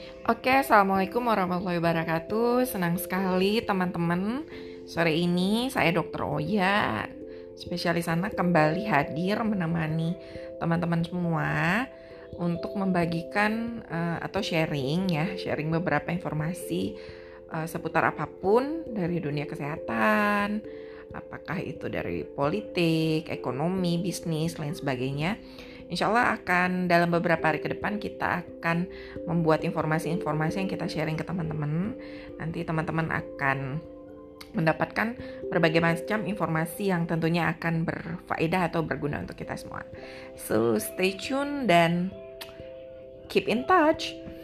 Oke, Assalamualaikum warahmatullahi wabarakatuh. Senang sekali teman-teman. Sore ini saya Dr. Oya, spesialis anak kembali hadir menemani teman-teman semua untuk membagikan atau sharing beberapa informasi seputar apapun dari dunia kesehatan, apakah itu dari politik, ekonomi, bisnis, lain sebagainya. Insya Allah akan dalam beberapa hari ke depan kita akan membuat informasi-informasi yang kita sharing ke teman-teman. Nanti teman-teman akan mendapatkan berbagai macam informasi yang tentunya akan berfaedah atau berguna untuk kita semua. So stay tune dan keep in touch.